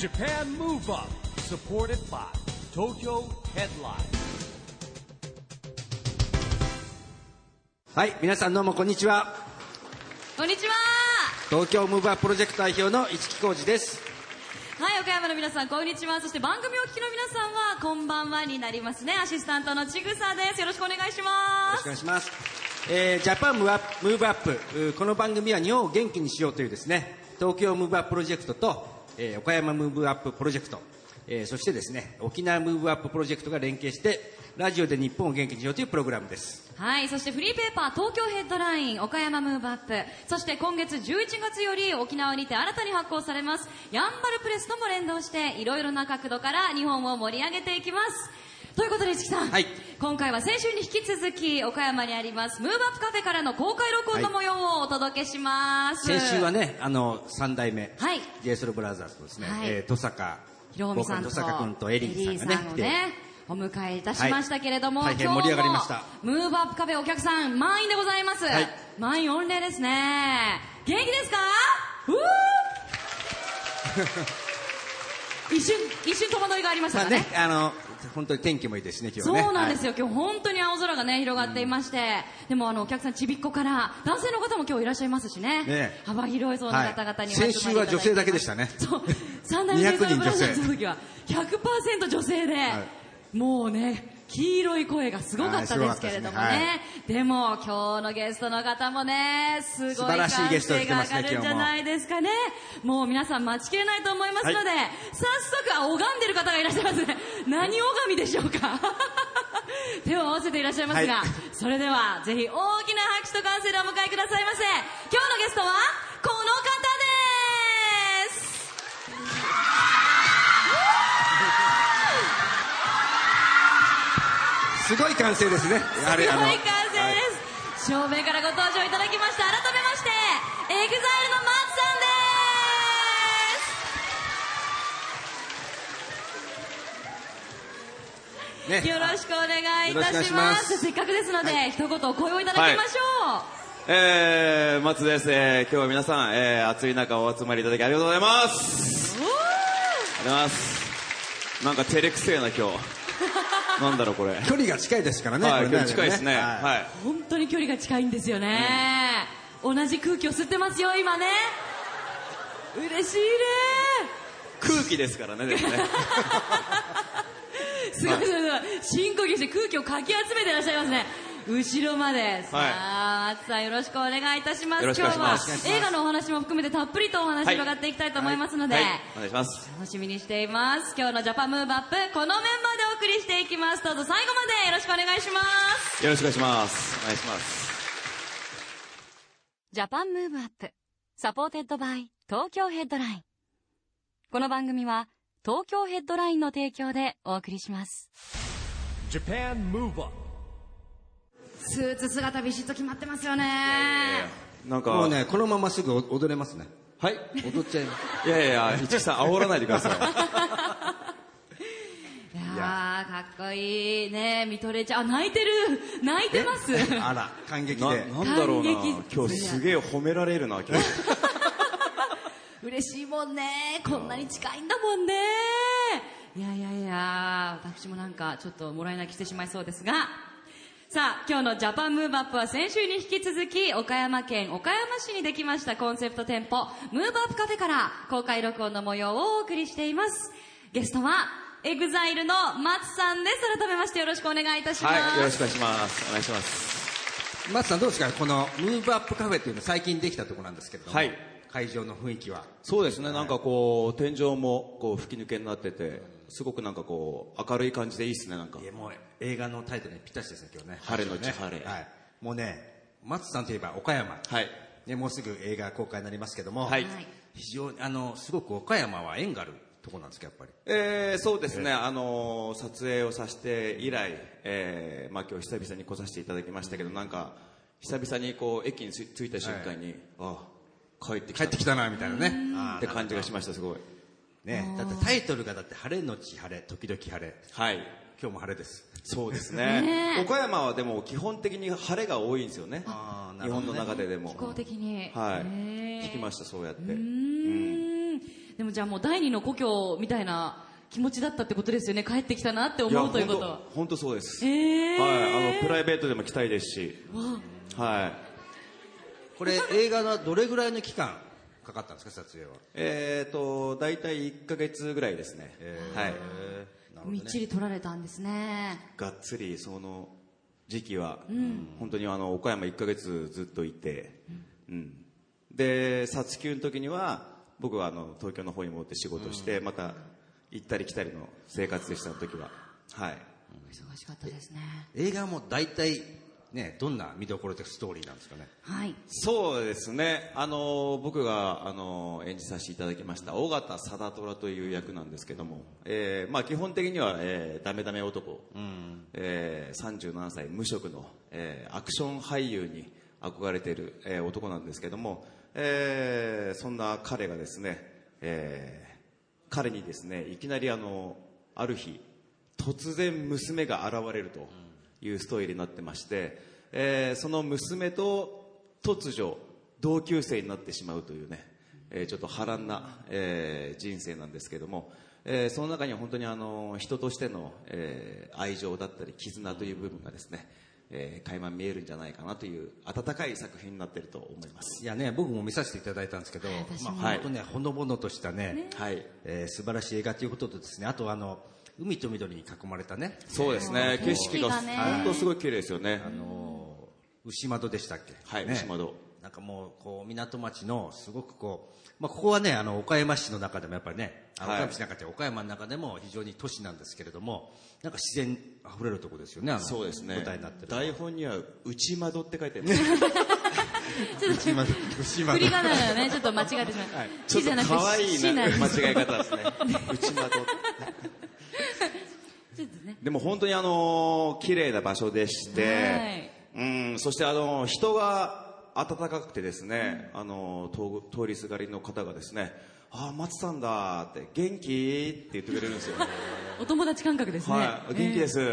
Japan Move Up supported by Tokyo Headline。 はい、皆さんどうもこんにちは。 こんにちは。 東京ムーブアッププロジェクト代表の市木浩二です。 はい、岡山の皆さんこんにちは。そして番組をお聞きの皆さんはこんばんはになりますね。アシスタントのちぐさです。よろしくお願いします。 よろしくお願いします。ジャパンムーブアップ、この番組は日本を元気にしようというですね、東京ムーブアッププロジェクトと、岡山ムーブアッププロジェクト、そしてですね沖縄ムーブアッププロジェクトが連携してラジオで日本を元気にしようというプログラムです。 はい、そしてフリーペーパー東京ヘッドライン岡山ムーブアップ、そして今月11月より沖縄にて新たに発行されますやんばるプレスとも連動していろいろな角度から日本を盛り上げていきます。ということで市木さん、はい、今回は先週に引き続き岡山にありますムーブアップカフェからの公開録音の模様をお届けします。 先週はね3代目、 はい、 JSOULブラザーズとですね、 はい、 登坂ひろみさんと登坂君とエリーさんがね来てお迎えいたしましたけれども、 大変盛り上がりました。 ムーブアップカフェお客さん満員でございます、はい、満員御礼ですね。元気ですか？一瞬戸惑いがありましたかね。 本当に天気もいいですね今日はね。 そうなんですよ、 はい、 今日本当に青空がね広がっていまして、でもお客さんちびっこから男性の方も今日いらっしゃいますし ね、幅広いそうな方々に、 先週は女性だけでしたね。 そう3代目 200人女性の時は 100% 女性で、はい、もうね黄色い声がすごかったですけれどもね、でも今日のゲストの方もねすごい歓声が上がるんじゃないですかね。もう皆さん待ちきれないと思いますので、はい、早速拝んでる方がいらっしゃいますね。何拝みでしょうか？手を合わせていらっしゃいますが、はい、それではぜひ大きな拍手と歓声でお迎えくださいませ。今日のゲストはこの方です。 すごい歓声ですね。 すごい歓声です、正面からご登場いただきました。改めまして EXILE の松さんです、ね、よろしくお願いいたします。せっかくですので、はい、一言お声をいただきましょう。 はい、松です。今日は皆さん、暑い中お集まりいただきありがとうございます。ありがとうございます。なんか照れくせえな今日。なんだろうこれ。 距離が近いですからね。 はい、 これね近いですね。はい。 本当に距離が近いんですよね。同じ空気を吸ってますよ今ね。嬉しいね。 空気ですからねでもね。 すごいすごい深呼吸して空気をかき集めていらっしゃいますね。後ろまで。さあ、松さんよろしくお願いいたします。今日は映画のお話も含めてたっぷりとお話伺っていきたいと思いますので、 お願いします。 楽しみにしています。今日のジャパンムーブアップこのメンバーでお送りしていきます。どうぞ最後までよろしくお願いします。 よろしくお願いします。お願いします。 ジャパンムーブアップサポーテッドバイ東京ヘッドライン。この番組は東京ヘッドラインの提供でお送りします。 Japan Move Up。 スーツ姿ビシッと決まってますよね。 なんかもうねこのまますぐ踊れますね。 はい、 踊っちゃいます。 いや市木さん煽らないでください。 いやかっこいいね。見とれちゃう。泣いてます。 あら感激で。 なんだろうな、今日すげえ褒められるな今日。 嬉しいもんね。こんなに近いんだもんね。いや私もなんかちょっともらい泣きしてしまいそうですが、さあ今日のジャパンムーブアップは先週に引き続き岡山県岡山市にできましたコンセプト店舗ムーブアップカフェから公開録音の模様をお送りしています。ゲストはEXILE の松さんです。改めましてよろしくお願いいたします。 はい、よろしくお願いします。お願いします。 松さんどうですか、このムーブアップカフェっていうの最近できたところなんですけれども、 はい、 会場の雰囲気は。 そうですね、なんかこう天井もこう吹き抜けになってて、すごくなんかこう明るい感じでいいですね。なんかもう映画のタイトルにぴったしですね今日ね。 晴れのち晴れ、 はい、もうね松さんといえば岡山、 はいね、もうすぐ映画公開になりますけども、 はい、 非常にすごく岡山は縁があるところなんですかやっぱり。 そうですね、撮影をさせて以来、今日久々に来させていただきましたけど、なんか久々にこう駅に着いた瞬間に、帰ってきたなみたいなねって感じがしました。すごいね。だってタイトルがだって晴れのち晴れ時々晴れ。 はい、 今日も晴れです。 そうですね。岡山はでも基本的に晴れが多いんですよね。日本の中でも気候的に。 はい。聞きましたそうやって。 ででもじゃあもう第二の故郷みたいな気持ちだったってことですよね。帰ってきたなって思うということは。 本当そうです。はい、プライベートでも来たいですし。はい。 これ映画のどれぐらいの期間かかったんですか、撮影は。 大体1ヶ月ぐらいですね。はい。 みっちり撮られたんですね。 がっつりその時期は、本当に岡山1ヶ月ずっといて、で撮休の時には僕は東京の方に戻って仕事して、また行ったり来たりの生活でした、の時は。はい。 忙しかったですね。 映画も大体ね、どんな見どころとストーリーなんですかね。 はい。 そうですね。僕が演じさせていただきました尾形貞虎という役なんですけども、基本的には、ダメダメ男、37歳無職の、アクション俳優に憧れている、男なんですけども、そんな彼がですね、彼にですね、いきなりある日突然娘が現れるというストーリーになってまして、その娘と突如同級生になってしまうというね、ちょっと波乱な、人生なんですけども、その中には本当に人としての、愛情だったり絆という部分がですね、垣間見えるんじゃないかなという温かい作品になっていると思います。 いやね、僕も見させていただいたんですけど、本当ね、ほのぼのとしたね、素晴らしい映画ということとですね、あと海と緑に囲まれたね。 そうですね。景色が本当すごい綺麗ですよね。 牛窓でしたっけ。 はい、牛窓。 なんかもうこう港町のすごくこう、ここはね岡山市の中でもやっぱりね、岡山市の中で岡山の中でも非常に都市なんですけれども、なんか自然あふれるところですよね。 そうですね。 舞台になってる。 台本には内窓って書いてあるんです。 内窓。 振り仮名がねちょっと間違ってしまう。 ちょっと可愛い間違い方ですね。内窓。でも本当に綺麗な場所でして、そして人が温かくてですね、通りすがりの方がですね、松さんだって元気って言ってくれるんですよ。 お友達感覚ですね。 はい、元気ですって。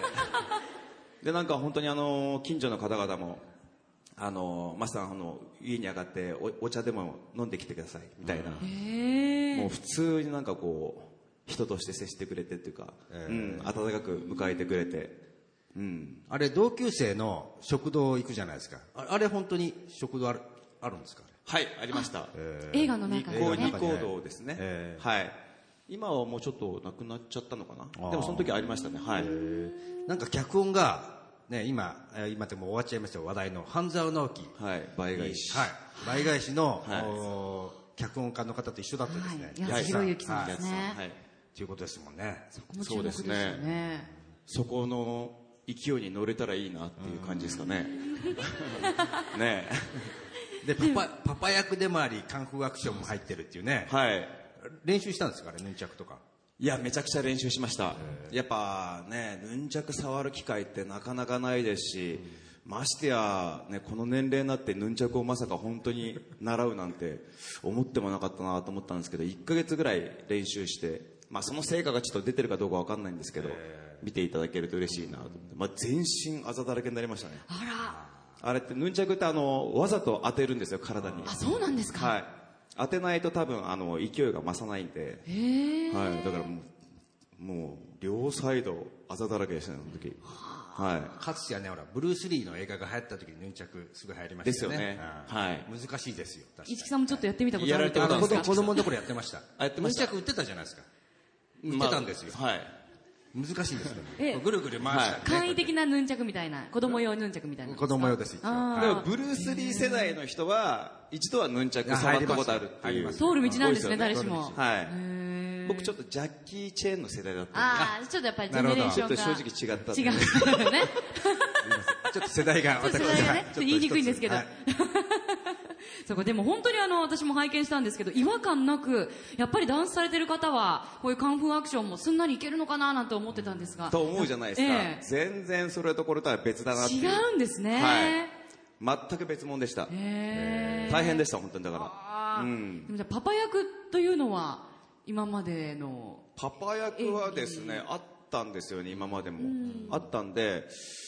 でなんか本当に近所の方々も松さん家に上がってお茶でも飲んできてくださいみたいな、もう普通になんかこう人として接してくれてっていうか、温かく迎えてくれて。 あれ同級生の食堂行くじゃないですか。あれ本当に食堂あるんですか。 はい、ありました。 映画の中でね。 ニコ堂ですね。はい。今はもうちょっとなくなっちゃったのかな。でもその時ありましたね。はい。 なんか脚音がね、今でも終わっちゃいましたよ、話題の半沢直樹。 はい。倍返し。 はい。倍返しの脚音家の方と一緒だったですね。 安弘之さんですね。 はい。ということですもんね。 そうですね。そこの勢いに乗れたらいいなっていう感じですかね。ねでパパ役でもありカンフーアクションも入ってるっていうね。 はい。 練習したんですかね、ヌンチャクとか。 いや、めちゃくちゃ練習しました。やっぱね、ヌンチャク触る機会ってなかなかないですし、ましてやね、この年齢になってヌンチャクをまさか本当に習うなんて思ってもなかったなと思ったんですけど、1ヶ月ぐらい練習して、その成果がちょっと出てるかどうかわかんないんですけど、見ていただけると嬉しいなと思って、全身あざだらけになりましたね。あれってヌンチャクってわざと当てるんですよ、体に。 あ、そうなんですか。 はい。当てないと多分勢いが増さないんで、はい。だからもう両サイドあざだらけでしたね、その時。はい。 かつてはね、ほらブルース・リーの映画が流行った時にヌンチャクすぐ流行りましたよね。 ですよね。はい。 難しいですよ。 一木さんもちょっとやってみたことあるってことですか。 子供の頃やってました。 やってました。 ヌンチャク売ってたじゃないですか。売ってたんですよ。 はい。 難しいですね。ぐるぐる回した。 簡易的なヌンチャクみたいな、子供用ヌンチャクみたいな。 子供用です。 でもブルース・リー世代の人は一度はヌンチャク触ったことあるっていう。 通る道なんですね、誰しも。 はい。僕ちょっとジャッキー・チェーンの世代だったんで。 ああ、ちょっとやっぱりジェネレーションが。 ちょっと正直違った。 違うね。 ちょっと世代が私がね、言いにくいんですけど。そうか、でも本当に私も拝見したんですけど、違和感なくやっぱりダンスされてる方はこういうカンフーアクションもすんなりいけるのかななんて思ってたんですが。 と思うじゃないですか。全然それとこれとは別だなっていう。 違うんですね。 はい。全く別物でした。大変でした本当にだから。 でもじゃあパパ役というのは今までのパパ役はですねあったんですよね、今までもあったんで、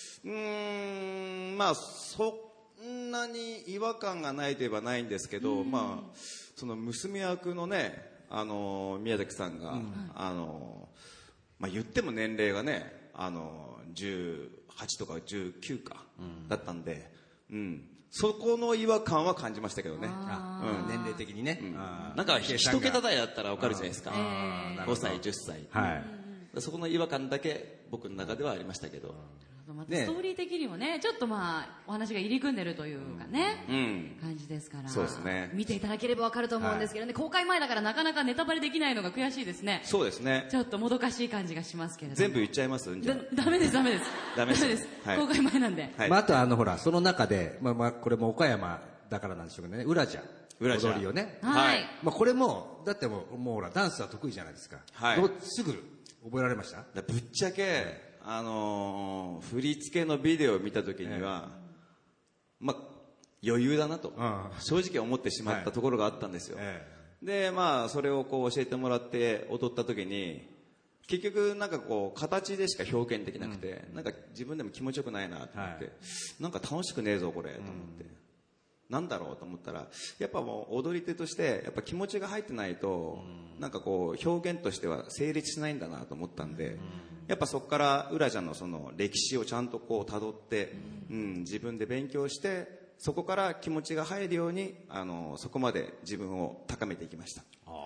そんなに違和感がないといえばないんですけど、その娘役のね宮崎さんが、言っても年齢がね、18とか19か、だったんで、そこの違和感は感じましたけどね。 年齢的にね。 なんか一桁台だったらわかるじゃないですか。5歳、10歳。そこの違和感だけ僕の中ではありましたけど。 またストーリー的にもね、ちょっとお話が入り組んでるというかね、感じですから。 そうですね。 見ていただければわかると思うんですけどね、公開前だからなかなかネタバレできないのが悔しいですね。 そうですね。 ちょっともどかしい感じがしますけれども。 全部言っちゃいます？ ダメです。ダメです。公開前なんで。 あとほら、その中で、これも岡山だからなんでしょうけどね、ウラジャ。踊りをね。 はい。 これも、だってもうほら、ダンスは得意じゃないですか。すぐ覚えられました？ ぶっちゃけ、振り付けのビデオを見た時には、余裕だなと、正直思ってしまったところがあったんですよ。で、それをこう教えてもらって踊った時に、結局なんかこう形でしか表現できなくて、なんか自分でも気持ちよくないなと思って、なんか楽しくねえぞこれと思って、なんだろうと思ったら、やっぱもう踊り手としてやっぱ気持ちが入ってないと、なんかこう表現としては成立しないんだなと思ったんで、やっぱそこからウラジャのその歴史をちゃんとこう辿って、自分で勉強してそこから気持ちが入るようにそこまで自分を高めていきました。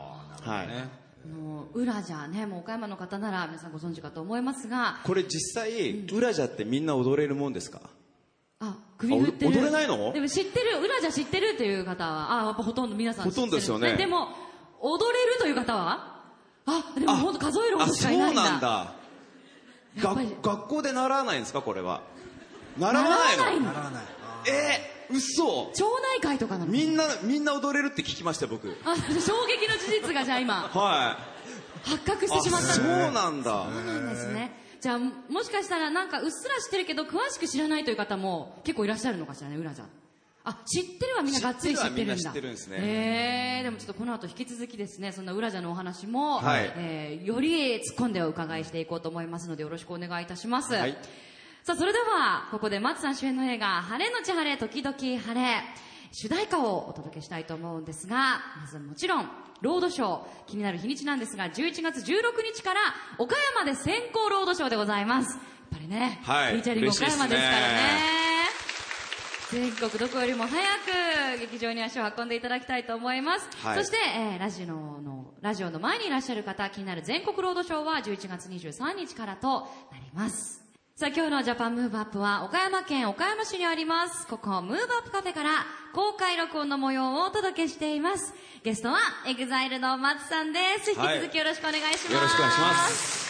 ウラジャね、もう岡山の方なら皆さんご存知かと思いますが、 これ実際、ウラジャってみんな踊れるもんですか？ 首振ってる。 踊れないの？ でも知ってる、ウラジャ知ってるっていう方は、やっぱほとんど皆さん知ってる。 ほとんどですよね。 でも踊れるという方は、でも本当数えるほどしかいないんだ。 そうなんだ。学校で習わないんですかこれは？習わないの？ 習わない。 嘘。 町内会とかなの？ みんな踊れるって聞きました僕。 衝撃の事実がじゃあ今発覚してしまった。 そうなんだ。 そうなんですね。じゃあもしかしたらなんかうっすら知ってるけど詳しく知らないという方も結構いらっしゃるのかしらね、ウラジャ。知ってるはみんながっつり知ってるんだ。 知ってるんですね。 でもちょっとこの後引き続きですね、そんなウラジャのお話も、より突っ込んでお伺いしていこうと思いますのでよろしくお願いいたします。さあそれではここで松さん主演の映画晴れのち晴れ時々晴れ主題歌をお届けしたいと思うんですが、まずもちろんロードショー、気になる日にちなんですが11月16日から岡山で先行ロードショーでございます。やっぱりね、フィーチャリング岡山ですからね、全国どこよりも早く劇場に足を運んでいただきたいと思います。そして、ラジオの前にいらっしゃる方、気になる全国ロードショーは11月23日からとなります。さあ今日のジャパンムーブアップは岡山県岡山市にありますここムーブアップカフェから公開録音の模様をお届けしています。ゲストは EXILE の松さんです。引き続きよろしくお願いします。 よろしくお願いします。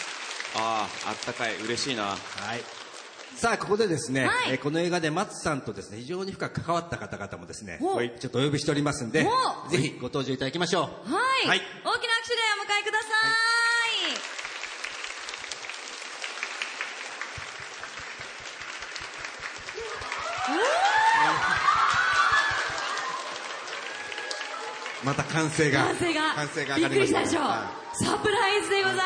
あったかい、嬉しいな。 さあここでですね、この映画で松さんとですね非常に深く関わった方々もですねちょっとお呼びしておりますんで、ぜひご登場いただきましょう。 大きな拍手でお迎えください。 また歓声がびっくりしたでしょ、サプライズでございます。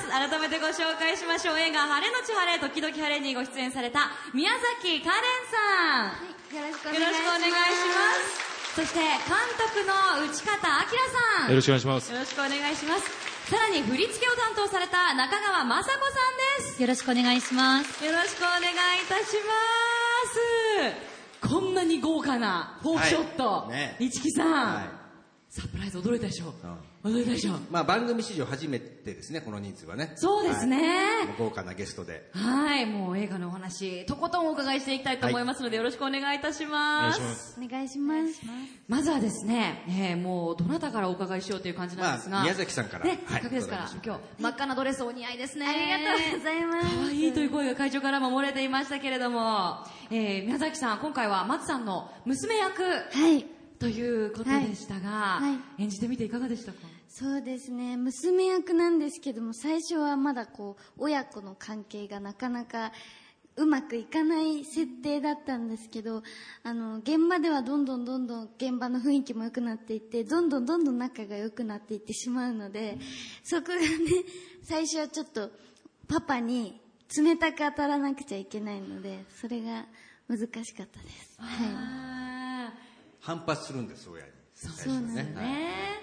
改めてご紹介しましょう。映画晴れのち晴れ時々晴れにご出演された宮崎カレンさん、 よろしくお願いします。そして監督の内方明さん、 よろしくお願いします。 よろしくお願いします。さらに振り付けを担当された中川雅子さんです。 よろしくお願いします。 よろしくお願いいたします。こんなに豪華なフォークショット、市木さん、サプライズ驚いたでしょ。驚いたでしょ。 番組史上初めてですね、この人数はね。 そうですね、 豪華なゲストで、 もう映画のお話とことんお伺いしていきたいと思いますので、よろしくお願いいたします。 お願いします。 まずはですね、もうどなたからお伺いしようという感じなんですが、 宮崎さんからせっかくですから、今日真っ赤なドレスお似合いですね。 ありがとうございます。 可愛いという声が会場からも漏れていましたけれども、宮崎さん、今回は松さんの娘役ということでしたが、演じてみていかがでしたか？ そうですね、娘役なんですけども、最初はまだ親子の関係がなかなかうまくいかない設定だったんですけど、現場ではどんどん現場の雰囲気も良くなっていって、どんどん仲が良くなっていってしまうので、そこがね、最初はちょっとパパに冷たく当たらなくちゃいけないので、それが難しかったです。 反発するんです、親に。 そうなんですね。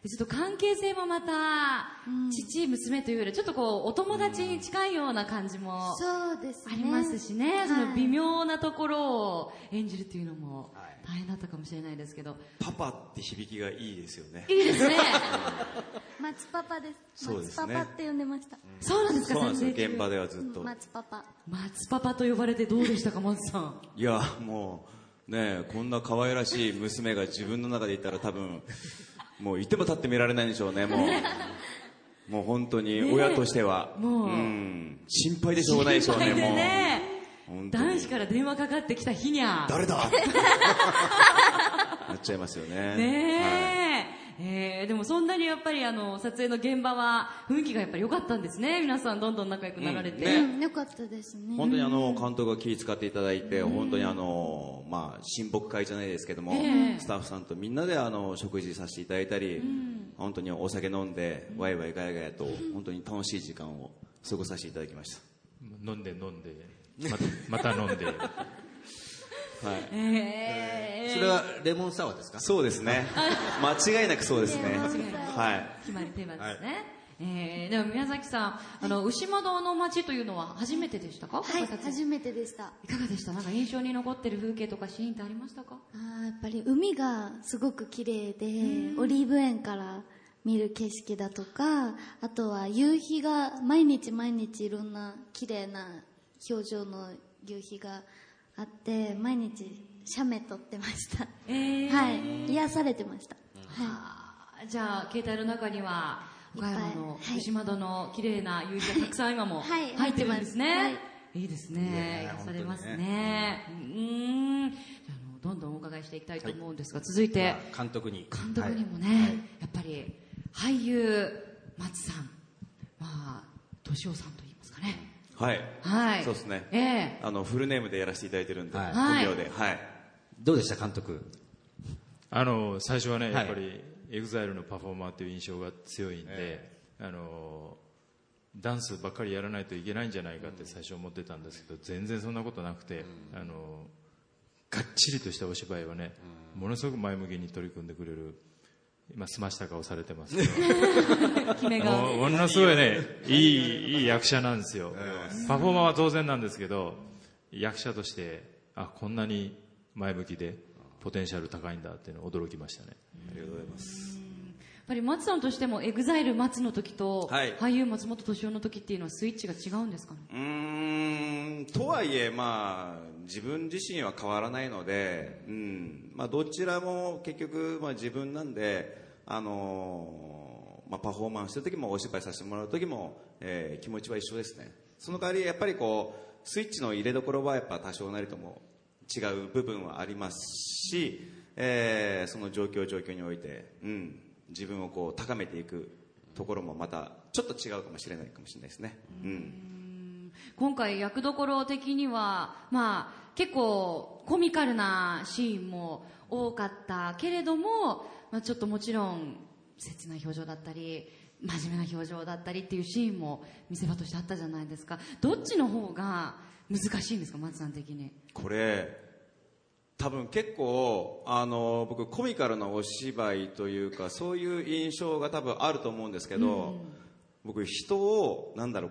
ちょっと関係性もまた、父娘というよりちょっとこうお友達に近いような感じもそうですね、 ありますしね、その微妙なところを演じるっていうのも大変だったかもしれないですけど、 パパって響きがいいですよね。 いいですね。 松パパです。 そうですね。 松パパって呼んでました。 そうなんですか。 そうなんですよ、現場ではずっと。 松パパ。 松パパと呼ばれてどうでしたか、松さん。 いや、もうね、こんな可愛らしい娘が自分の中でいたら多分もういても立って見られないんでしょうね。もう本当に親としては、心配でしょうがないでしょうね。もう男子から電話かかってきた日にゃ誰だなっちゃいますよね。 ねえ、でもそんなにやっぱり撮影の現場は雰囲気がやっぱり良かったんですね。皆さんどんどん仲良くなられて、 良かったですね。 本当に監督が気を使っていただいて、本当に親睦会じゃないですけども、スタッフさんとみんなで食事させていただいたり、本当にお酒飲んでワイワイガヤガヤと本当に楽しい時間を過ごさせていただきました。 飲んでまた飲んではい、 それはレモンサワーですか？ そうですね。間違いなくそうですね。はい。 決まりテーマですね。でも宮崎さん、牛窓の街というのは初めてでしたか？ はい、初めてでした。 いかがでした？なんか印象に残ってる風景とかシーンってありましたか？ やっぱり海がすごく綺麗で、オリーブ園から見る景色だとか、あとは夕日が毎日毎日いろんな綺麗な表情の夕日があって、毎日写メ撮ってました。はい、癒されてました。 じゃあ携帯の中には岡山の牛窓の綺麗な夕日がたくさん今も入ってるんですね。いいですね。癒されますね。どんどんお伺いしていきたいと思うんですが、続いて監督にもね、やっぱり俳優松さん、敏夫さんと言いますかね。 はい、そうですね。フルネームでやらせていただいてるんで、本名で。 どうでした監督？ 最初はね、やっぱりEXILEのパフォーマーという印象が強いんで、ダンスばっかりやらないといけないんじゃないかって最初思ってたんですけど、全然そんなことなくて、がっちりとしたお芝居はね、ものすごく前向きに取り組んでくれる、今澄ました顔されてますけどものすごいね、いい役者なんですよ。パフォーマーは当然なんですけど、役者としてこんなに前向きでポテンシャル高いんだっていうの驚きましたね。 ありがとうございます。 やっぱり松さんとしてもEXILE松の時と、俳優松本敏夫の時っていうのはスイッチが違うんですかね？ とはいえ、自分自身は変わらないので、どちらも結局、自分なんで、パフォーマンスしてる時もお芝居させてもらう時も、気持ちは一緒ですね。その代わりやっぱりスイッチの入れどころはやっぱ多少なりとも違う部分はありますし、その状況において、自分を高めていくところもまたちょっと違うかもしれないですね。 今回役どころ的には、結構コミカルなシーンも多かったけれども、ちょっともちろん切ない表情だったり真面目な表情だったりっていうシーンも見せ場としてあったじゃないですか。どっちの方が難しいんですか、松さん的に？これ多分結構僕コミカルなお芝居というかそういう印象が多分あると思うんですけど、僕人を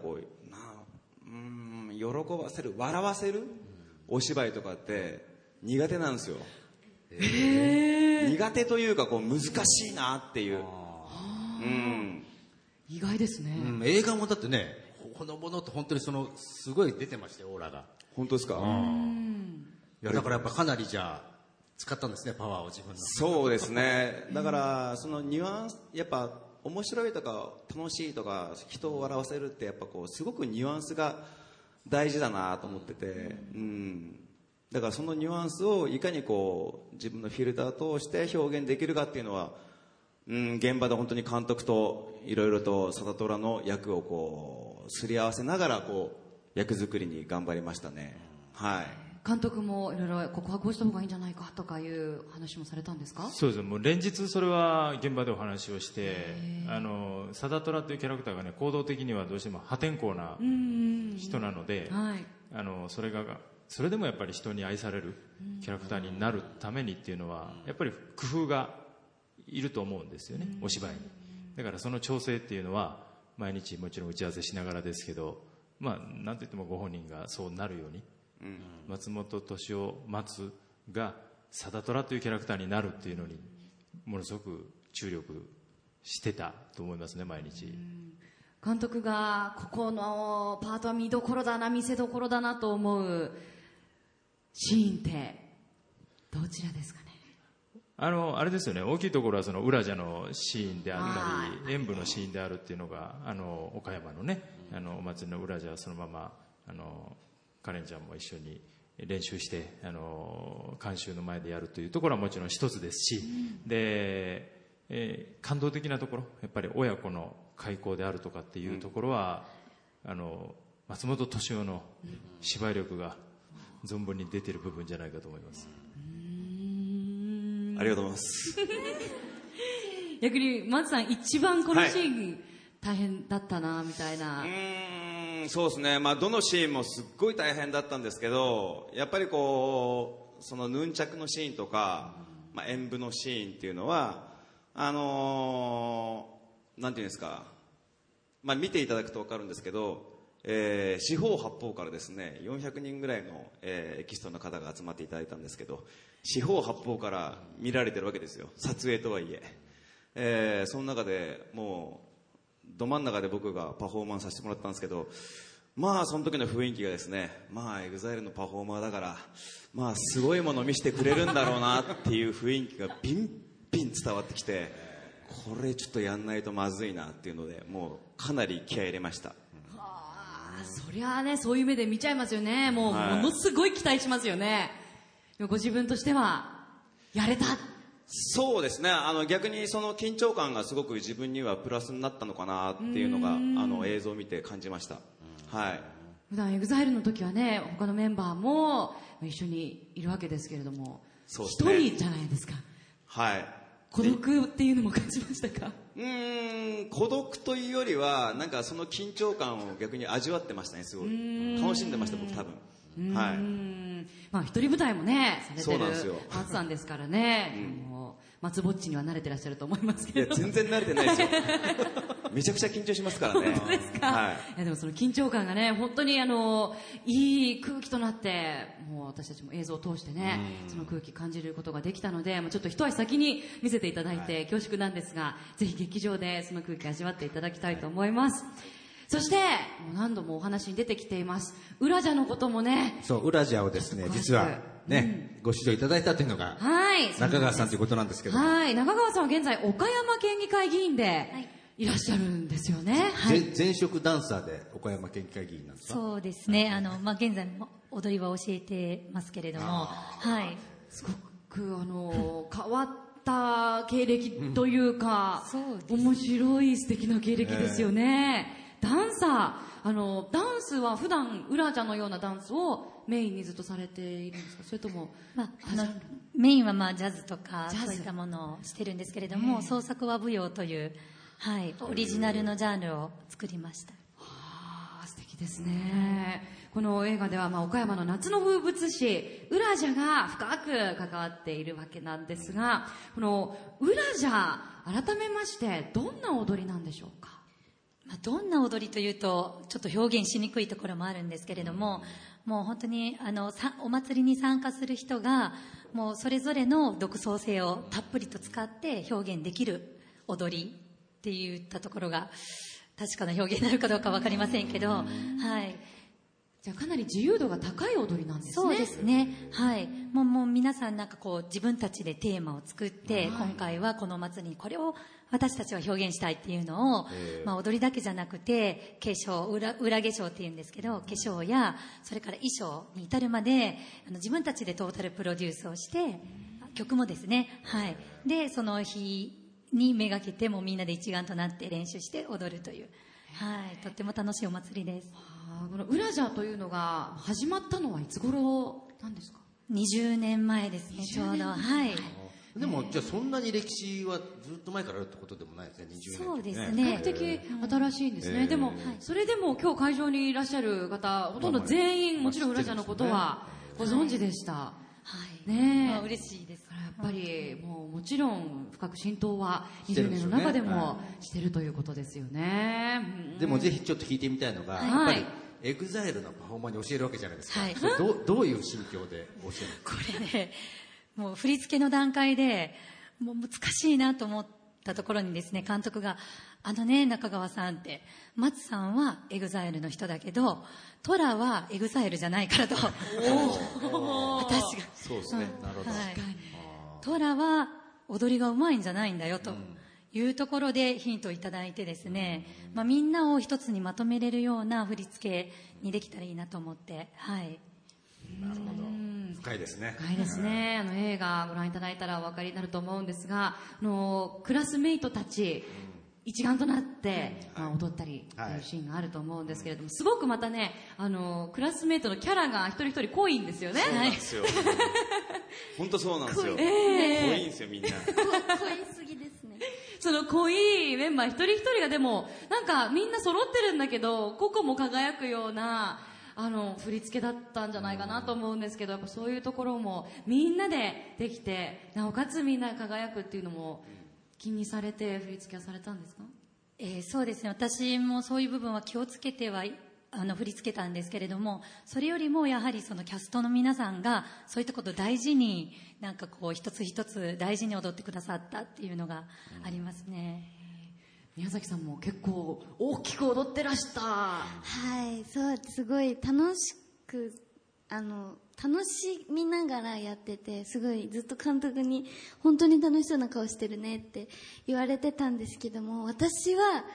喜ばせる、笑わせるお芝居とかって苦手なんですよ。苦手というか難しいなっていう。 意外ですね。 映画もだってね、ほのぼのと本当にすごい出てましたよ、オーラが。 本当ですか？ だからやっぱかなり使ったんですね、パワーを自分の。 そうですね。だからそのニュアンス、やっぱ面白いとか楽しいとか人を笑わせるってやっぱすごくニュアンスが大事だなと思ってて、だからそのニュアンスをいかに自分のフィルター通して表現できるかっていうのは、現場で本当に監督といろいろとサタトラの役をすり合わせながら役作りに頑張りましたね。 監督もいろいろここはこうした方がいいんじゃないかとかいう話もされたんですか？ そうです。もう連日それは現場でお話をして、サダトラというキャラクターがね、行動的にはどうしても破天荒な人なので、それでもやっぱり人に愛されるキャラクターになるためにっていうのはやっぱり工夫がいると思うんですよね、お芝居に。だからその調整っていうのは毎日もちろん打ち合わせしながらですけど、なんといってもご本人がそうなるように、松本敏夫松が貞虎というキャラクターになるっていうのにものすごく注力してたと思いますね、毎日。 監督がここのパートは見どころだな、見せどころだなと思うシーンってどちらですかね。 あれですよね、大きいところはその浦蛇のシーンであったり演舞のシーンであるっていうのが岡山のね、お祭りの浦蛇はそのままカレンちゃんも一緒に練習して観衆の前でやるというところはもちろん一つですし、で、感動的なところ、やっぱり親子の開口であるとかっていうところは、松本敏夫の芝居力が存分に出ている部分じゃないかと思います。 ありがとうございます逆に松さん一番このシーン大変だったなみたいな。 そうですね、どのシーンもすっごい大変だったんですけど、やっぱりこうそのヌンチャクのシーンとか、演舞のシーンっていうのはなんていうんですか、見ていただくと分かるんですけど、四方八方からですね400人ぐらいの、エキストラの方が集まっていただいたんですけど、四方八方から見られてるわけですよ、撮影とはいえ。その中でもうど真ん中で僕がパフォーマンスさせてもらったんですけど、その時の雰囲気がですね、EXILE のパフォーマーだからすごいものを見せてくれるんだろうなっていう雰囲気がビンビン伝わってきて、これちょっとやんないとまずいなっていうので、もうかなり気合い入れました。 そりゃあね、そういう目で見ちゃいますよね。もうものすごい期待しますよね。ご自分としてはやれた。 そうですね、逆にその緊張感がすごく自分にはプラスになったのかなっていうのが映像を見て感じました。 普段 EXILE の時はね、他のメンバーも一緒にいるわけですけれども、一人じゃないですか。孤独っていうのも感じましたか？ 孤独というよりはなんかその緊張感を逆に味わってましたね。すごい楽しんでました、僕多分。 一人舞台もねされてる松さんですからね、松ぼっちには慣れてらっしゃると思いますけど。 いや全然慣れてないですよめちゃくちゃ緊張しますからね。 本当ですか？いやでもその緊張感がね、本当にいい空気となって、もう私たちも映像を通してね、その空気感じることができたので、ちょっと一足先に見せていただいて恐縮なんですが、ぜひ劇場でその空気味わっていただきたいと思います。そしてもう何度もお話に出てきています浦蛇のこともね。 そう、浦蛇をですね実はね、ご指導いただいたというのが中川さんということなんですけども、 中川さんは現在岡山県議会議員でいらっしゃるんですよね。 前職ダンサーで岡山県議会議員なんですか？ そうですね、現在も踊りは教えてますけれども、 すごく変わった経歴というか、面白い素敵な経歴ですよね。ダンサー、ダンスは普段浦蛇のようなダンスをメインにずっとされているんですか？それとも、 メインはジャズとかそういったものをしてるんですけれども、創作は舞踊という、オリジナルのジャンルを作りました。 素敵ですね。この映画では、岡山の夏の風物詩浦蛇が深く関わっているわけなんですが、この浦蛇改めましてどんな踊りなんでしょうか？ どんな踊りというとちょっと表現しにくいところもあるんですけれども、もう本当にお祭りに参加する人がもうそれぞれの独創性をたっぷりと使って表現できる踊りっていったところが確かな表現になるかどうか分かりませんけど、 じゃあかなり自由度が高い踊りなんですね。 そうですね、もう皆さん自分たちでテーマを作って、今回はこの祭りにこれを私たちは表現したいっていうのを、踊りだけじゃなくて化粧、裏化粧っていうんですけど、化粧やそれから衣装に至るまで自分たちでトータルプロデュースをして、曲もですね、でその日にめがけてもうみんなで一丸となって練習して踊るという、とっても楽しいお祭りです。 この浦蛇というのが始まったのはいつ頃なんですか ？20年前ですね、ちょうど。 でもじゃあそんなに歴史はずっと前からあるってことでもないですね。20年、 そうですね、 比較的新しいんですね。でも、それでも今日会場にいらっしゃる方ほとんど全員もちろん浦蛇のことはご存知でした。 嬉しいです。 やっぱりもちろん深く浸透は20年の中でもしてるということですよね。 でもぜひちょっと聞いてみたいのが、やっぱりEXILEのパフォーマーに教えるわけじゃないですか、それどういう心境で教えるんですか？ これね、もう振り付けの段階でもう難しいなと思ったところにですね、監督が中川さんって、松さんはEXILEの人だけどトラはEXILEじゃないからと私がそうですね、なるほど、 トラは踊りがうまいんじゃないんだよというところでヒントをいただいてですね、みんなを一つにまとめれるような振り付けにできたらいいなと思って、 なるほど、深いですね。 深いですね。映画ご覧いただいたらお分かりになると思うんですが、クラスメイトたち一丸となって、踊ったりというシーンがあると思うんですけれども、すごくまたね、クラスメイトのキャラが一人一人濃いんですよね。 そうなんですよ本当そうなんですよ、濃いんですよみんな。 濃いすぎですね。 その濃いメンバー一人一人がでもなんかみんな揃ってるんだけど、個々も輝くような振り付けだったんじゃないかなと思うんですけど、やっぱそういうところもみんなでできて、なおかつみんな輝くっていうのも気にされて振り付けはされたんですか？ そうですね、私もそういう部分は気をつけては振り付けたんですけれども、それよりもやはりそのキャストの皆さんがそういったことを大事に一つ一つ大事に踊ってくださったっていうのがありますね。 宮崎さんも結構大きく踊ってらした。 はい、そうすごい楽しく楽しみながらやってて、すごいずっと監督に本当に楽しそうな顔してるねって言われてたんですけども、私は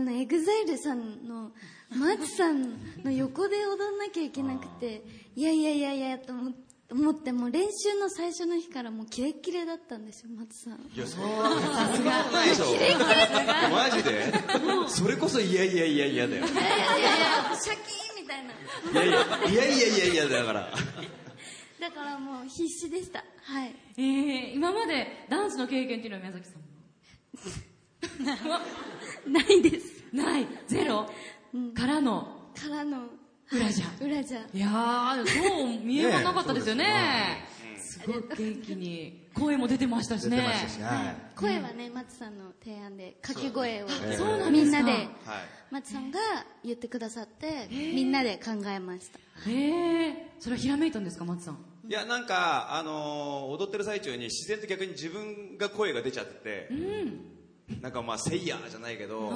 EXILE さんの松さんの横で踊んなきゃいけなくて、いやと思っても練習の最初の日からもうキレッキレだったんですよ、松さん。 いや、そんなことないでしょ。マジでそれこそいやだよ。 シャキーンみたいな。 いやだからだからもう必死でした。はい。 今までダンスの経験っていうのは宮崎さんもないです。 ない、ゼロ、からの裏じゃ。いやー、そう見えはなかったですよね。すごい元気に声も出てましたしね。 声はね、松さんの提案で掛け声をみんなで松さんが言ってくださって、みんなで考えました。 それはひらめいたんですか、松さん？ いや、なんか踊ってる最中に自然と逆に自分が声が出ちゃってて、なんかセイヤーじゃないけど、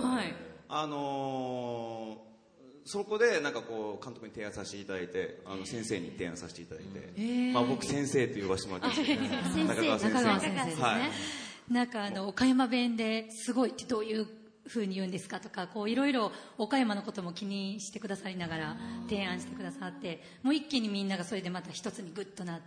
そこでなんかこう監督に提案させていただいて、先生に提案させていただいて、僕先生と呼ばせてもらってますけど、中川先生ですね。 なんか岡山弁ですごいってどういう風に言うんですかとか、こういろいろ岡山のことも気にしてくださりながら提案してくださって、もう一気にみんながそれでまた一つにグッとなって、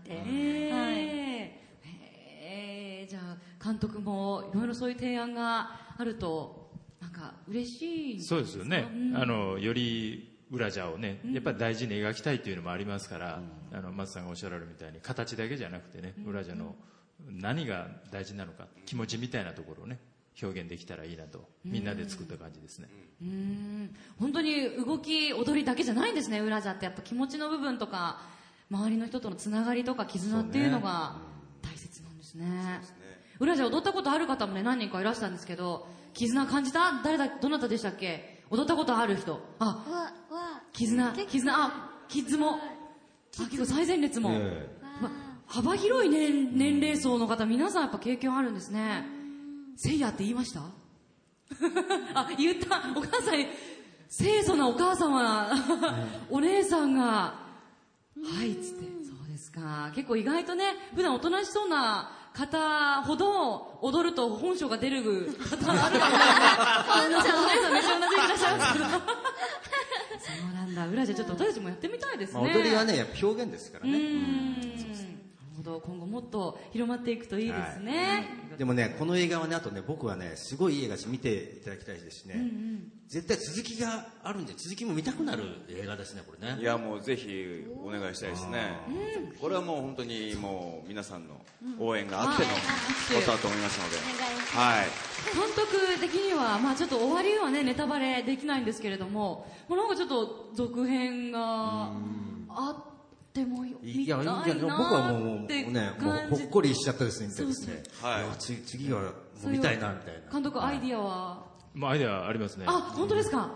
じゃあ監督もいろいろそういう提案があるとなんか嬉しい。 そうですよね、より裏じゃをね、やっぱり大事に描きたいというのもありますから、松さんがおっしゃられるみたいに形だけじゃなくてね、裏じゃの何が大事なのか、気持ちみたいなところをね表現できたらいいなと、みんなで作った感じですね。 本当に動き踊りだけじゃないんですね、裏じゃって。やっぱ気持ちの部分とか周りの人とのつながりとか絆っていうのが大切なんですね。裏じゃ踊ったことある方もね、何人かいらしたんですけど、絆感じた？どなたでしたっけ？踊ったことある人。絆、キッズも、結構最前列も、幅広い年齢層の方、皆さんやっぱ経験あるんですね。せいやって言いました？言った。お母さんに、清楚なお母様、お姉さんが、はいっつって。そうですか。結構意外とね、普段おとなしそうな方ほど踊ると本性が出る方あるかもしれない。お姉さんめっちゃうなずいてらっしゃいますけど。そうなんだ。裏じゃちょっと私たちもやってみたいですね。 踊りはね、やっぱ表現ですからね。 今後もっと広まっていくといいですね。 でもね、この映画はね、あとね、僕はね、すごいいい映画し見ていただきたいですね。絶対続きがあるんで、続きも見たくなる映画ですね、これね。 いや、もうぜひお願いしたいですね。これはもう本当にもう皆さんの応援があってのことだと思いますので。 監督的には、ちょっと終わりはね、ネタバレできないんですけれども、なんかちょっと続編があっってもよいや、いいんじゃない。僕はもうね、もうほっこりしちゃったですね、見てですね。はい。次はもう見たいなみたいな。 監督、アイディアは？ アイディアありますね。 あ、本当ですか。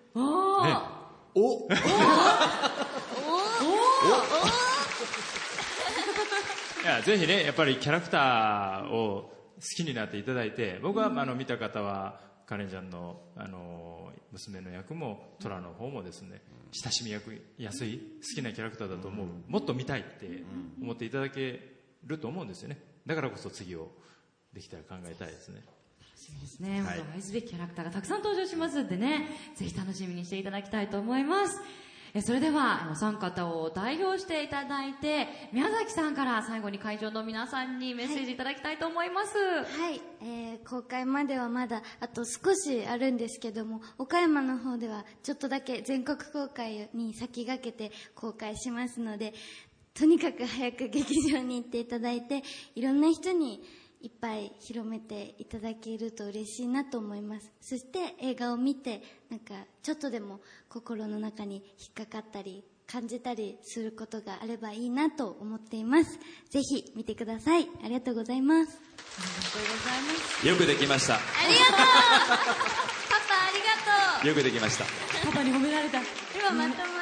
お。 いや、ぜひね、やっぱりキャラクターを好きになっていただいて、僕は見た方はカレンちゃんの娘の役もトラの方もですね、親しみやすい好きなキャラクターだと思う、もっと見たいって思っていただけると思うんですよね。だからこそ次をできたら考えたいですね。 そうですね、はい、愛すべきキャラクターがたくさん登場しますんでね、ぜひ楽しみにしていただきたいと思います。それではお三方を代表していただいて、宮崎さんから最後に会場の皆さんにメッセージいただきたいと思います。 はい、公開まではまだあと少しあるんですけども、岡山の方ではちょっとだけ全国公開に先駆けて公開しますので、とにかく早く劇場に行っていただいて、いろんな人にいっぱい広めていただけると嬉しいなと思います。そして映画を見て、なんかちょっとでも心の中に引っかかったり感じたりすることがあればいいなと思っています。ぜひ見てください。ありがとうございます。 ありがとうございます。 よくできました。 ありがとうパパありがとう。 よくできました。 パパに褒められた。 今また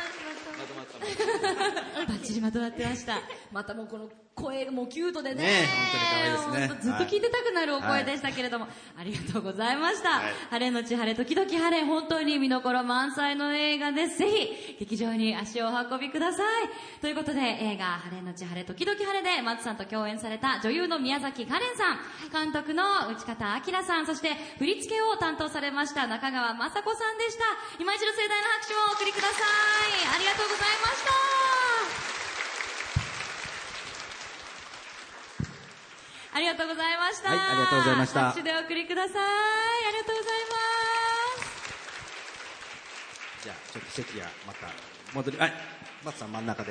バッチリまとまってました。またもうこの声もキュートでね、 本当に可愛いですね。 ずっと聞いてたくなるお声でしたけれども、ありがとうございました。晴れのち晴れ時々晴れ、本当に見どころ満載の映画です。ぜひ劇場に足をお運びください。ということで、映画晴れのち晴れ時々晴れで松さんと共演された女優の宮崎カレンさん、監督の内方明さん、そして振り付けを担当されました中川雅子さんでした。今一度盛大な拍手をお送りください。ありがとうございました。ありがとうございました。 はい、ありがとうございました。 拍手でお送りください。ありがとうございます。 じゃあちょっと席がまた戻り、はい、松さん真ん中で、はい。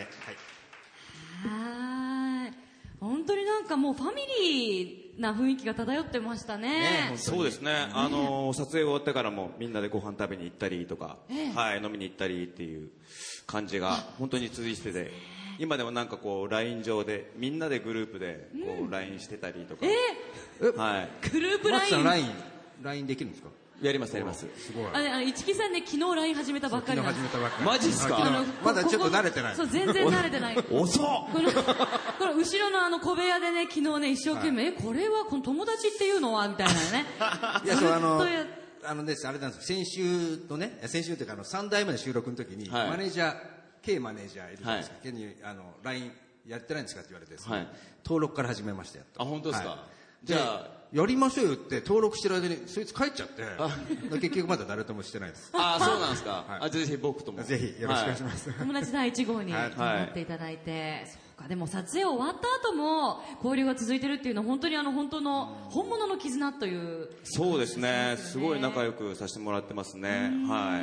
はい。本当になんかもうファミリーな雰囲気が漂ってましたね。 そうですね。撮影終わってからもみんなでご飯食べに行ったりとか、はい、飲みに行ったりっていう感じが本当に続いてて、今でもなんかこう LINE 上でみんなでグループでこう LINE してたりとか、 はい、グループ LINE 松さん LINE できるんですか？ やりますやります。 すごい。市木さんね、昨日 LINE 始めたばっかりなんです。 マジっすか？ まだちょっと慣れてない。 そう、全然慣れてない。 遅っ。 この後ろの小部屋でね、昨日ね、一生懸命、これはこの友達っていうのはみたいなね。 いや、そうあれなんですよ。先週というか3代目の収録の時に、マネージャー、K マネージャーいるじゃないですか。K にLINE やってないんですかって言われてですね、登録から始めましたよ。 あ、本当ですか？じゃあやりましょうよって登録してる間にそいつ帰っちゃって結局まだ誰ともしてないです。 あ、そうなんですか？ぜひ僕ともぜひよろしくお願いします。 友達第1号になっていただいて、そうか。でも撮影終わった後も交流が続いてるっていうのは本当に本当の本物の絆という。 そうですね。すごい仲良くさせてもらってますね。はい。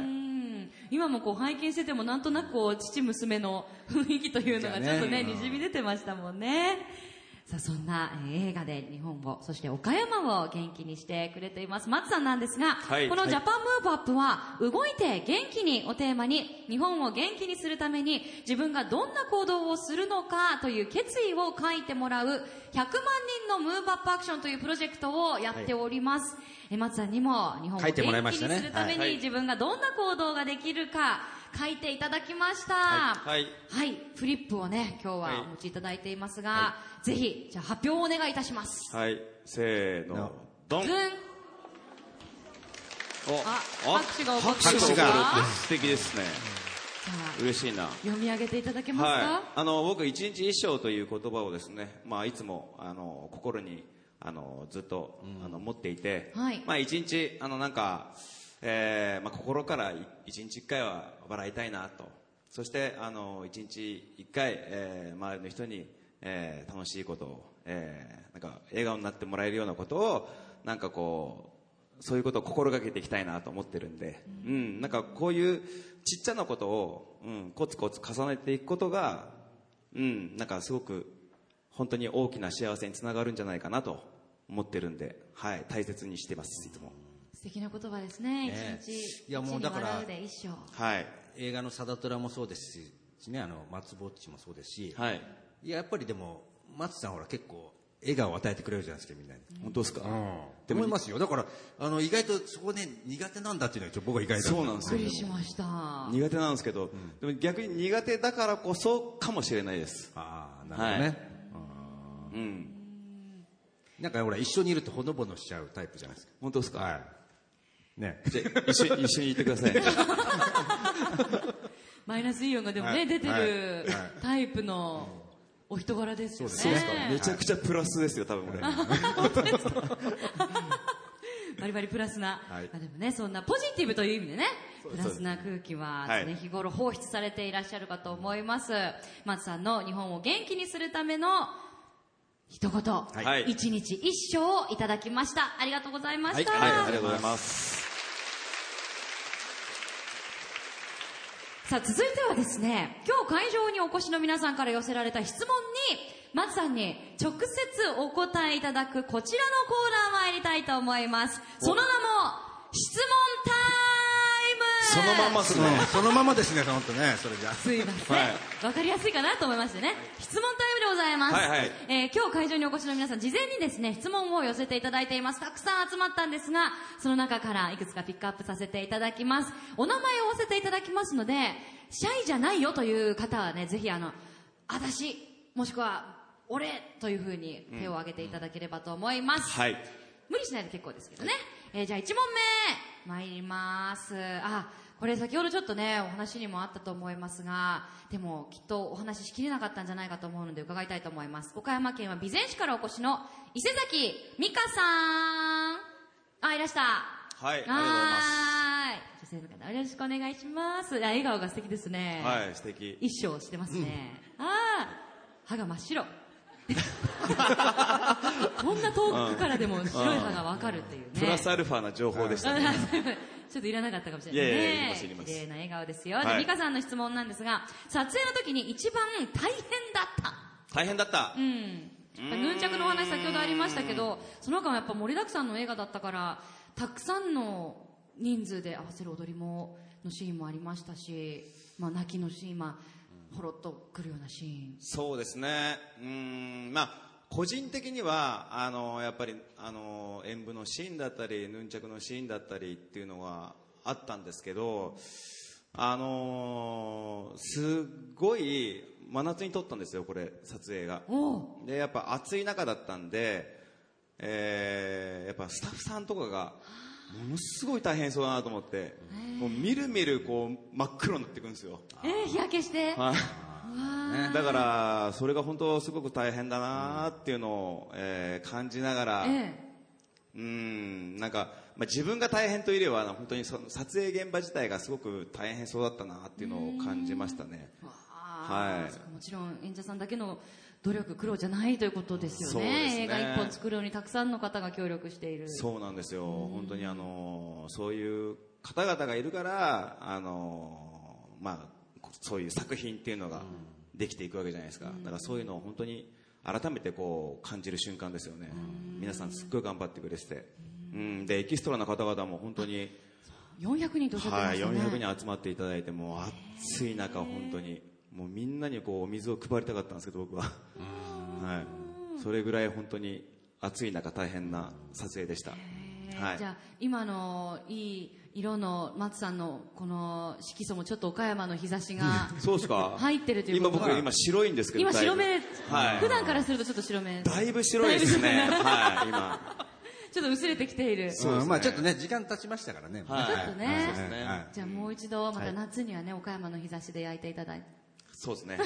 今もこう拝見しててもなんとなくこう父娘の雰囲気というのがちょっとね、にじみ出てましたもんね。さあ、そんな映画で日本を、そして岡山を元気にしてくれています松さんなんですが、このジャパンムーブアップは動いて元気にをテーマに日本を元気にするために自分がどんな行動をするのかという決意を書いてもらう100万人のムーブアップアクションというプロジェクトをやっております。松さんにも日本を元気にするために自分がどんな行動ができるか書いていただきました。はい。フリップをね、今日はお持ちいただいていますが、ぜひ、じゃあ発表をお願いいたします。 はい。せーの、ドン。 拍手が起こってますか？素敵ですね。嬉しいな。 読み上げていただけますか？ 僕、一日一生という言葉をですね、いつも、心に、ずっと、持っていて、一日、心から一日一回は笑いたいなと。そして、一日一回、周りの人に、楽しいことを、笑顔になってもらえるようなことを、そういうことを心がけていきたいなと思ってるんで、こういうちっちゃなことを、コツコツ重ねていくことが、すごく本当に大きな幸せにつながるんじゃないかなと思ってるんで、大切にしてます、いつも。 素敵な言葉ですね。一日、 いやもうだから一生。 映画のサダトラもそうですちね、松ぼっちもそうですし、 はい。 いや、やっぱりでも松さんほら結構笑顔を与えてくれるじゃないですか、みんなに。 本当ですか？ でも思いますよ。だから意外とそこね苦手なんだっていうのは僕は意外だった。 そうなんですよ。 びっくりしました。 苦手なんですけど、でも逆に苦手だからこそかもしれないです。 ああ、なるほどね。 はい、うん。 なんかほら一緒にいるとほのぼのしちゃうタイプじゃないですか。 本当ですか？ はい。ね。 じゃあ一緒にいてください。 マイナスイオンがでもね、出てるタイプのお人柄ですよね。 そうですか。めちゃくちゃプラスですよ、多分これ。 バリバリプラスな、 はい、 でもね、そんなポジティブという意味でね、プラスな空気は常日頃放出されていらっしゃるかと思います。松さんの日本を元気にするための一言、 はい、 一日一生をいただきました。ありがとうございました。 はい、ありがとうございます。 さあ、続いてはですね、今日会場にお越しの皆さんから寄せられた質問に松さんに直接お答えいただくこちらのコーナー参りたいと思います。その名も質問タイム。 そのまんまですね。 そのままですね、本当ね。それじゃすいません、はい、分かりやすいかなと思いましてね、質問タイムでございます。 はいはい、 今日会場にお越しの皆さん、事前にですね質問を寄せていただいています。たくさん集まったんですが、その中からいくつかピックアップさせていただきます。お名前を押せていただきますので、シャイじゃないよという方はね、ぜひ私もしくは俺という風に手を挙げていただければと思います。 はい、 無理しないで結構ですけどね。じゃあ1問目参ります。これ先ほどちょっとねお話にもあったと思いますが、でもきっとお話ししきれなかったんじゃないかと思うので伺いたいと思います。岡山県は備前市からお越しの伊勢崎美香さん、いらした。 はい、ありがとうございます。 女性の方よろしくお願いします。笑顔が素敵ですね。 はい、素敵。 一生してますね。歯が真っ白。こんな遠くからでも白い歯が分かるっていうね。 プラスアルファな情報でしたね。 ちょっといらなかったかもしれないね。綺麗な笑顔ですよ。で、美香さんの質問なんですが、撮影の時に一番大変だった。 大変だった。 ヌンチャクのお話先ほどありましたけど、その他もやっぱ盛りだくさんの映画だったから、たくさんの人数で合わせる踊りものシーンもありましたし、泣きのシーン、ほろっとくるようなシーン。 そうですね。個人的にはやっぱり演舞のシーンだったりヌンチャクのシーンだったりっていうのはあったんですけど、すごい真夏に撮ったんですよ、これ撮影が。でやっぱ暑い中だったんで、やっぱスタッフさんとかがものすごい大変そうだなと思って、もうみるみるこう真っ黒になっていくんですよ。 日焼けして。 だからそれが本当すごく大変だなっていうのを、感じながら、なんか、自分が大変というよりは本当に撮影現場自体がすごく大変そうだったなっていうのを感じましたね。 もちろん演者さんだけの努力苦労じゃないということですよね。映画一本作るのにたくさんの方が協力している。 そうなんですよ。本当にそういう方々がいるからそういう作品っていうのができていくわけじゃないですか。だからそういうのを本当に改めてこう感じる瞬間ですよね。皆さんすっごい頑張ってくれてて、でエキストラの方々も本当に 400人とおっしゃってましたね。 400人集まっていただいて、もう暑い中本当にもうみんなにこうお水を配りたかったんですけど僕はそれぐらい本当に暑い中大変な撮影でした。 じゃあ今のいい色の松さんのこの色素もちょっと岡山の日差しがそうですか入ってるということは今白いんですけど、 今白目、普段からするとちょっと白目、 だいぶ白いですね。今ちょっと薄れてきている。 ちょっとね時間経ちましたからね。 ちょっとね。じゃあもう一度また夏にはね岡山の日差しで焼いていただいて。 そうですね。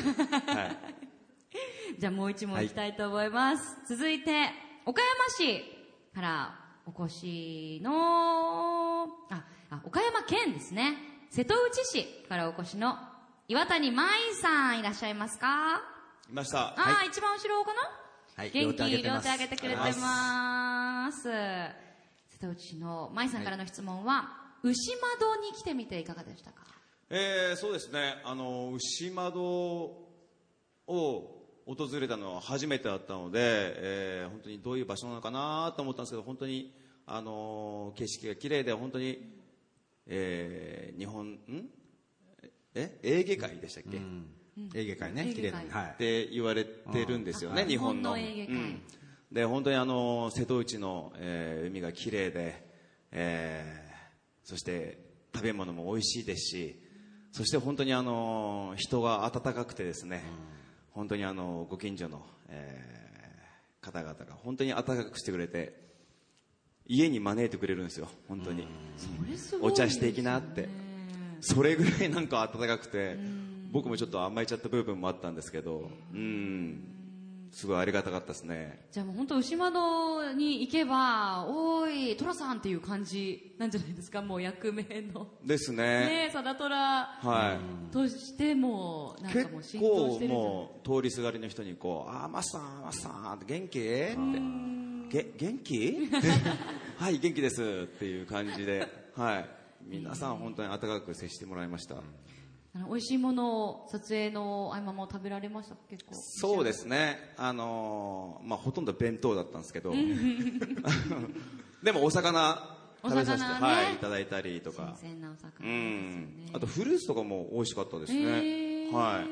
じゃあもう一問いきたいと思います。続いて岡山市からお越しの岡山県ですね、瀬戸内市からお越しの岩谷舞さんいらっしゃいますか？ いました。 一番後ろかな。元気両手挙げてくれてます。瀬戸内市の舞さんからの質問は、牛窓に来てみていかがでしたか？ そうですね、牛窓を訪れたのは初めてだったので、本当にどういう場所なのかなと思ったんですけど、本当に景色が綺麗で本当に、エーゲ海でしたっけ、 エーゲ海ね、綺麗な、 って言われてるんですよね、日本の。で本当に瀬戸内の、海が綺麗で、そして食べ物も美味しいですし、そして本当に人が温かくてですね、本当にご近所の、方々が本当に温かくしてくれて、家に招いてくれるんですよ、本当に。お茶していきなって。それぐらいなんか温かくて、僕もちょっと甘えちゃった部分もあったんですけど、すごいありがたかったですね。 じゃあもう本当牛窓に行けば、おーい寅さんっていう感じなんじゃないですか、もう役名のですね。 貞虎としてもなんかもう浸透してるじゃない。 結構もう通りすがりの人にこう、マスさん元気って元気はい元気ですっていう感じで、皆さん本当に温かく接してもらいました。 美味しいものを撮影の合間も食べられました？結構。 そうですね、ほとんど弁当だったんですけどでもお魚食べさせて、いただいたりとか、 新鮮なお魚ですよね。 あとフルーツとかも美味しかったですね。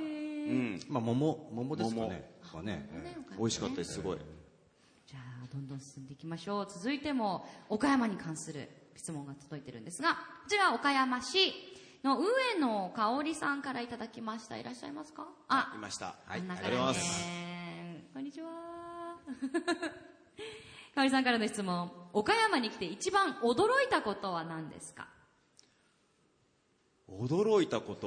桃ですかね。 美味しかったです、すごい。 じゃあどんどん進んでいきましょう。続いても岡山に関する質問が届いてるんですが、こちら岡山市の上野香織さんからいただきました。いらっしゃいますか？ いました。 ありがとうございます。 こんにちは香織さんからの質問。岡山に来て一番驚いたことは何ですか？ 驚いたこと、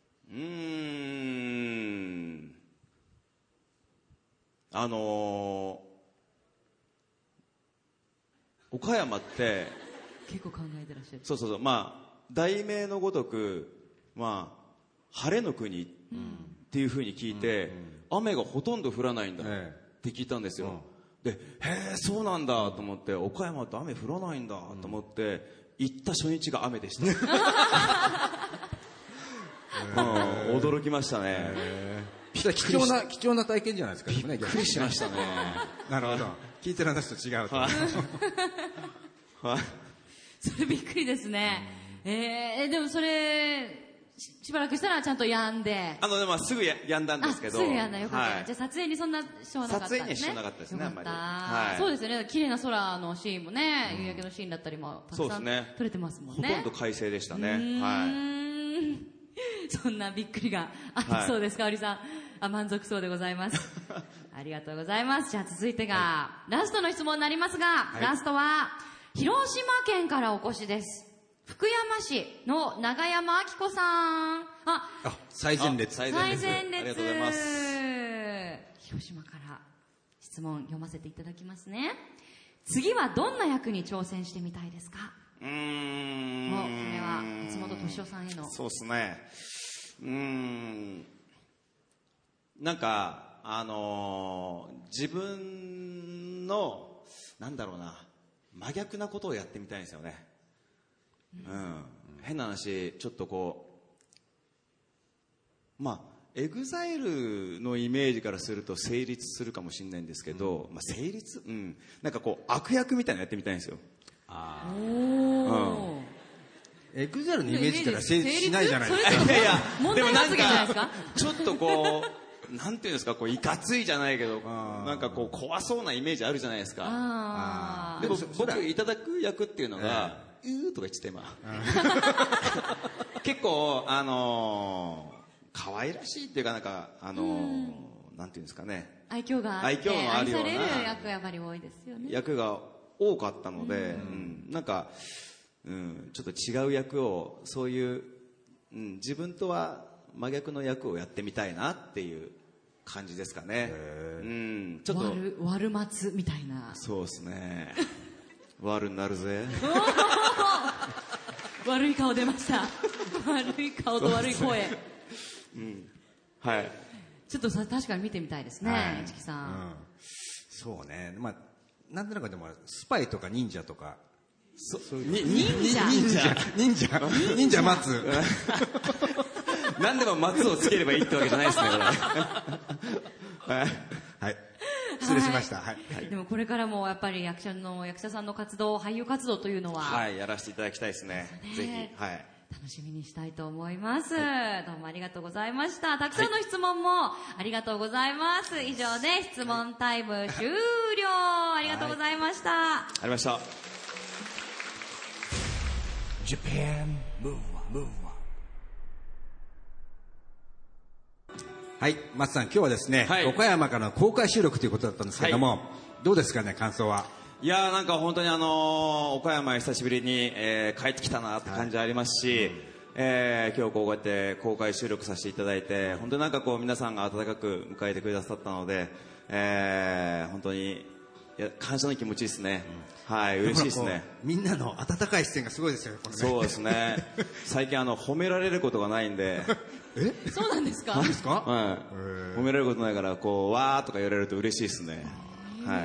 岡山って結構考えてらっしゃる。 そう、題名のごとく、晴れの国っていうふうに聞いて、雨がほとんど降らないんだって聞いたんですよ。で、そうなんだと思って、岡山って雨降らないんだと思って、行った初日が雨でした驚きましたね。 貴重な体験じゃないですか。 びっくりしましたね。 なるほど。聞いてる話と違うと。 それびっくりですね。でもそれしばらくしたらちゃんと止んで。 すぐ止んだんですけど。 すぐ止んだ、よかった。じゃあ撮影にそんな支障はなかったですね。 撮影には支障なかったですね、あんまり。 そうですよね。綺麗な空のシーンもね、夕焼けのシーンだったりもたくさん撮れてますもんね。 ほとんど快晴でしたね。 そんなびっくりがあったそうです、香織さん。満足そうでございます。ありがとうございます。じゃあ続いてが、ラストの質問になりますが、ラストは広島県からお越しです。福山市の長山明子さん。 最前列。 ありがとうございます。 広島から質問読ませていただきますね。次はどんな役に挑戦してみたいですか？これは松本敏夫さんへの。 そうですね。なんか自分の真逆なことをやってみたいんですよね。変な話、ちょっとEXILE のイメージからすると成立するかもしれないんですけど、なんか悪役みたいなのやってみたいんですよ。 EXILE のイメージから成立しないじゃないですか。 問題発言じゃないですか。 ちょっとなんていうんですか、いかついじゃないけど、なんか怖そうなイメージあるじゃないですか。でも僕いただく役っていうのが、とか言って今結構可愛らしいっていうか、なんかなんていうんですかね、 愛嬌があって愛される役やっぱり多いですよね。 役が多かったので、なんか、ちょっと違う役を、そういう、自分とは真逆の役をやってみたいなっていう感じですかね。 ちょっと悪松みたいな。 そうですね。悪になるぜ。 悪い顔出ました。悪い顔と悪い声。ちょっと確かに見てみたいですね、市木さん。 そうね。なんとなくでもスパイとか忍者とか。忍者松。 何でも松をつければいいってわけじゃないですね、これ。 はい。失礼しました。 でもこれからもやっぱり役者さんの活動、俳優活動というのは。 やらせていただきたいですね。ぜひ。 楽しみにしたいと思います、はい、どうもありがとうございました。たくさんの質問もありがとうございます、はい、以上で質問タイム終了、はい、ありがとうございました、はい、 ありました。 Japan Move Up。はい、松さん、今日はですね、はい、岡山からの公開収録ということだったんですけども、はい、どうですかね、感想は。 いやー、なんか本当に岡山久しぶりに、帰ってきたなって感じありますし、はい、今日こうやって公開収録させていただいて、本当になんかこう皆さんが温かく迎えてくださったので、本当に感謝の気持ちですね、はい、嬉しいですね。 みんなの温かい視線がすごいですよね、これね。 そうですね最近褒められることがないんでそうなんですか。 何ですか、 はい、褒められることないからこうわーとか言われると嬉しいですね。はい、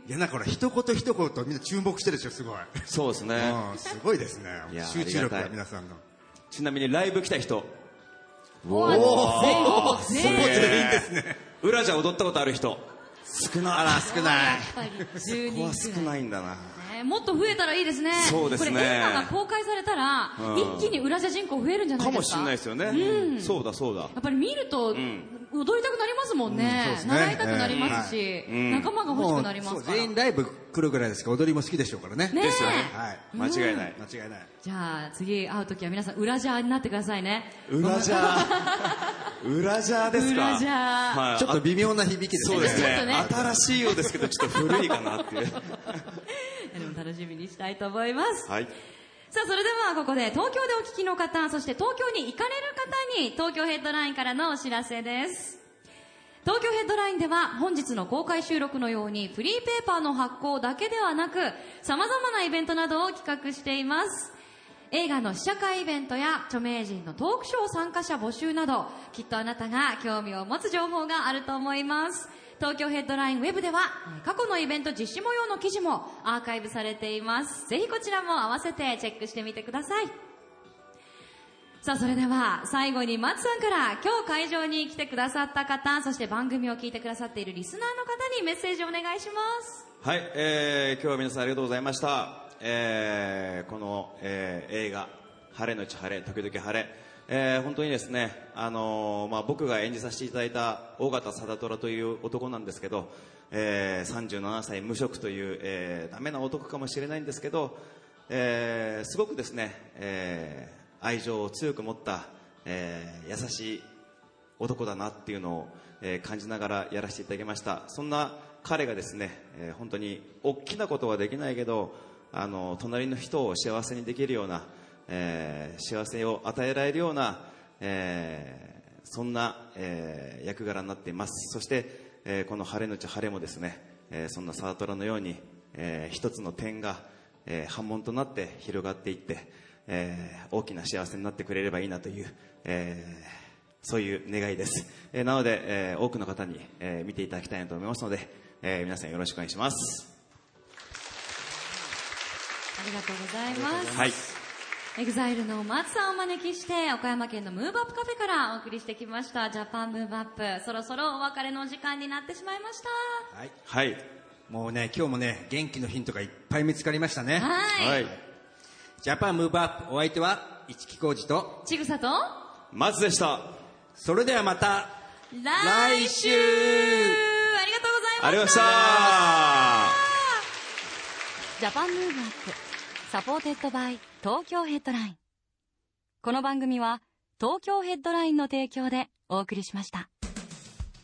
いや、なんかほら一言一言みんな注目してるでしょ、すごい。 そうですね、 すごいですね、集中力が皆さんの。 ちなみにライブ来た人、 全員ですね。 裏じゃ踊ったことある人少ない。 あら、少ない。 やっぱり10人くらい。 少ないんだな。 もっと増えたらいいですね。 そうですね。 これ映画が公開されたら、一気に裏じゃ人口増えるんじゃないですか。 かもしれないですよね。そうだそうだ。 やっぱり見ると、踊りたくなりますもんね。習いたくなりますし、仲間が欲しくなりますから。 全員ライブ来るぐらいですから、踊りも好きでしょうからね。 ですよね。間違いない。 間違いない。 じゃあ次会うときは皆さん裏じゃになってくださいね。 裏じゃ裏じゃですか。 裏じゃ。 ちょっと微妙な響きですね。 そうですね。新しいようですけど、ちょっと古いかなっていう。 でも楽しみにしたいと思います。 はい。 さあ、それではここで東京でお聞きの方、そして東京に行かれる方に東京ヘッドラインからのお知らせです。東京ヘッドラインでは本日の公開収録のようにフリーペーパーの発行だけではなく、様々なイベントなどを企画しています。映画の試写会イベントや著名人のトークショー参加者募集など、きっとあなたが興味を持つ情報があると思います。東京ヘッドラインウェブでは過去のイベント実施模様の記事もアーカイブされています。ぜひこちらも合わせてチェックしてみてください。さあ、それでは最後に松さんから今日会場に来てくださった方、そして番組を聞いてくださっているリスナーの方にメッセージをお願いします。 はい、今日は皆さんありがとうございました。この、映画晴れのち晴れ時々晴れ、本当にですね、僕が演じさせていただいた尾形貞虎という男なんですけど、37歳無職という、ダメな男かもしれないんですけど、すごくですね、愛情を強く持った、優しい男だなっていうのを、感じながらやらせていただきました。そんな彼がですね、本当に大きなことはできないけど、隣の人を幸せにできるような、幸せを与えられるような、そんな、役柄になっています。そして、この晴れのち晴れもですね、そんなサートラのように、一つの点が、波紋となって広がっていって、大きな幸せになってくれればいいなという、そういう願いです。なので、多くの方に、見ていただきたいなと思いますので、皆さんよろしくお願いします。 ありがとうございます。 はい。 EXILE の松さんをお招きして岡山県のムーブアップカフェからお送りしてきましたジャパンムーブアップ、そろそろお別れの時間になってしまいました。 はい、 はい、 もうね、今日もね、元気のヒントがいっぱい見つかりましたね。 はい、はい、 ジャパンムーブアップ、お相手は市木浩二とちぐさと松でした。 それではまた来週。ありがとうございました。 ありがとうございました。 ジャパンムーブアップサポーテッドバイ東京ヘッドライン。この番組は東京ヘッドラインの提供でお送りしました。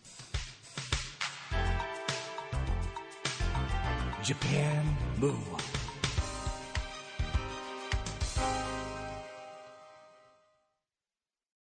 Japan Move Up